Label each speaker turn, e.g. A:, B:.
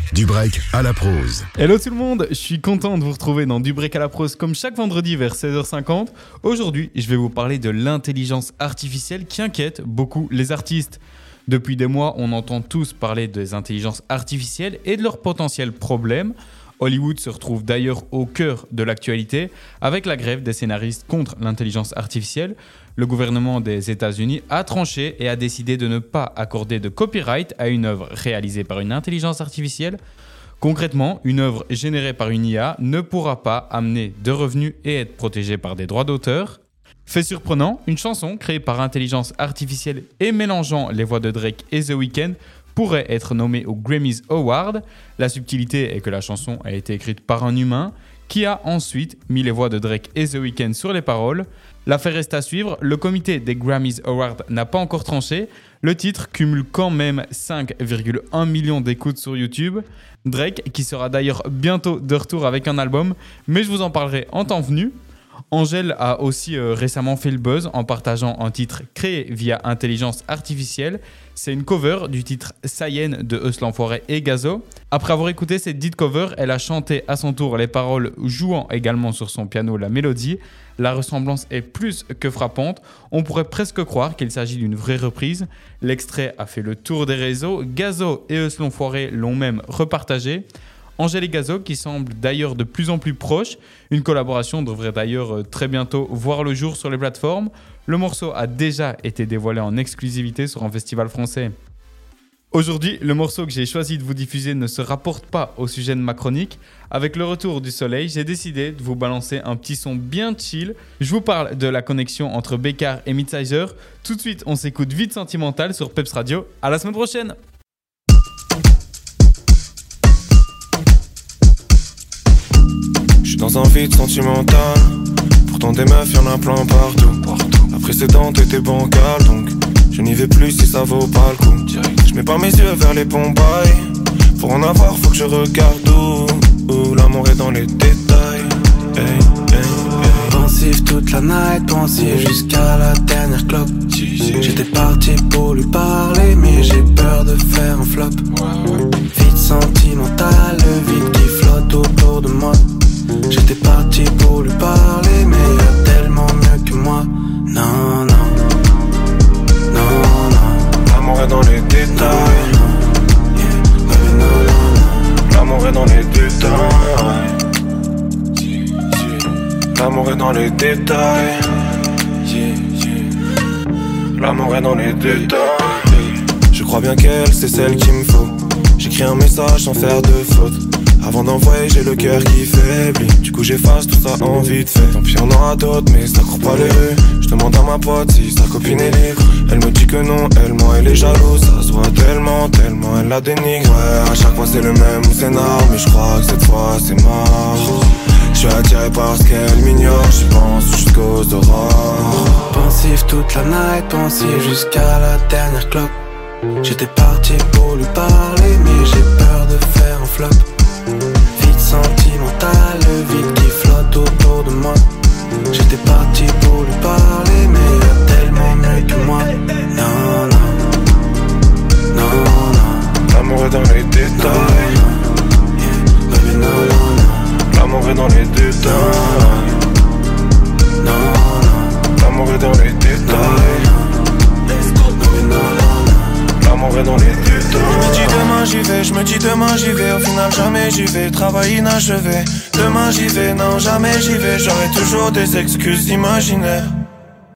A: Du break à la prose.
B: Hello tout le monde, je suis content de vous retrouver dans Du break à la prose comme chaque vendredi vers 16h50. Aujourd'hui, je vais vous parler de l'intelligence artificielle qui inquiète beaucoup les artistes. Depuis des mois, on entend tous parler des intelligences artificielles et de leurs potentiels problèmes. Hollywood se retrouve d'ailleurs au cœur de l'actualité avec la grève des scénaristes contre l'intelligence artificielle. Le gouvernement des États-Unis a tranché et a décidé de ne pas accorder de copyright à une œuvre réalisée par une intelligence artificielle. Concrètement, une œuvre générée par une IA ne pourra pas amener de revenus et être protégée par des droits d'auteur. Fait surprenant, une chanson créée par intelligence artificielle et mélangeant les voix de Drake et The Weeknd pourrait être nommée aux Grammys Awards. La subtilité est que la chanson a été écrite par un humain qui a ensuite mis les voix de Drake et The Weeknd sur les paroles. L'affaire reste à suivre, le comité des Grammys Awards n'a pas encore tranché. Le titre cumule quand même 5,1 millions d'écoutes sur YouTube. Drake, qui sera d'ailleurs bientôt de retour avec un album, mais je vous en parlerai en temps venu. Angèle a aussi récemment fait le buzz en partageant un titre créé via intelligence artificielle. C'est une cover du titre Sayen de Eus l'Enfoiré et Gazo. Après avoir écouté cette dite cover, elle a chanté à son tour les paroles, jouant également sur son piano la mélodie. La ressemblance est plus que frappante. On pourrait presque croire qu'il s'agit d'une vraie reprise. L'extrait a fait le tour des réseaux. Gazo et Eus l'Enfoiré l'ont même repartagé. Angèle et Gazo qui semblent d'ailleurs de plus en plus proches. Une collaboration devrait d'ailleurs très bientôt voir le jour sur les plateformes. Le morceau a déjà été dévoilé en exclusivité sur un festival français. Aujourd'hui, le morceau que j'ai choisi de vous diffuser ne se rapporte pas au sujet de ma chronique. Avec le retour du soleil, j'ai décidé de vous balancer un petit son bien chill. Je vous parle de la connexion entre Bécard et Midsizer. Tout de suite, on s'écoute Vite Sentimental sur Peps Radio. À la semaine prochaine.
C: J'suis dans un vide sentimental. Pourtant des meufs y'en a plein partout. La précédente était bancale, donc je n'y vais plus si ça vaut pas le coup. J'mets pas mes yeux vers les Bombay. Pour en avoir faut que je regarde où l'amour est dans les détails. Hey, hey, hey.
D: Pensif toute la night, pensif jusqu'à la dernière clope. J'étais parti pour lui parler, mais j'ai peur de faire un flop. Vide sentimental, le vide qui flotte autour de moi. J'étais parti pour lui parler, mais y'a tellement mieux que moi. Non, non, non, non.
C: L'amour est dans les détails. L'amour est dans les détails. L'amour est dans les détails. L'amour est dans les détails. Je crois bien qu'elle, c'est celle qu'il me faut. J'écris un message sans faire de faute. Avant d'envoyer, j'ai le cœur qui faiblit. Du coup j'efface tout ça en vite fait. Tant pis y'en aura d'autres, mais ça court pas les rues. Je demande à ma pote si sa copine est libre. Elle me dit que non, elle ment, elle est jalouse. Ça se voit tellement, tellement elle la dénigre. Ouais, à chaque fois c'est le même scénar, mais je crois que cette fois c'est mort. Je suis attiré par ce qu'elle m'ignore, j'y pense jusqu'aux aurores.
D: Pensif toute la night, pensif jusqu'à la dernière clope. J'étais parti pour lui parler, mais j'ai peur de faire un flop. Vide sentimental, le vide qui flotte autour de moi. J'étais parti pour lui parler, mais y'a tellement mieux que moi. Non, non, non, non.
C: L'amour est dans les détails.
D: Baby, non, non, non.
C: L'amour est dans les détails.
D: Non, non.
C: L'amour est dans les détails.
D: Baby, non, non.
C: L'amour est dans les détails.
D: Je me dis demain j'y vais, je me dis demain j'y vais. Au final jamais j'y vais, travail inachevé. Demain j'y vais, non jamais j'y vais. J'aurai toujours des excuses imaginaires.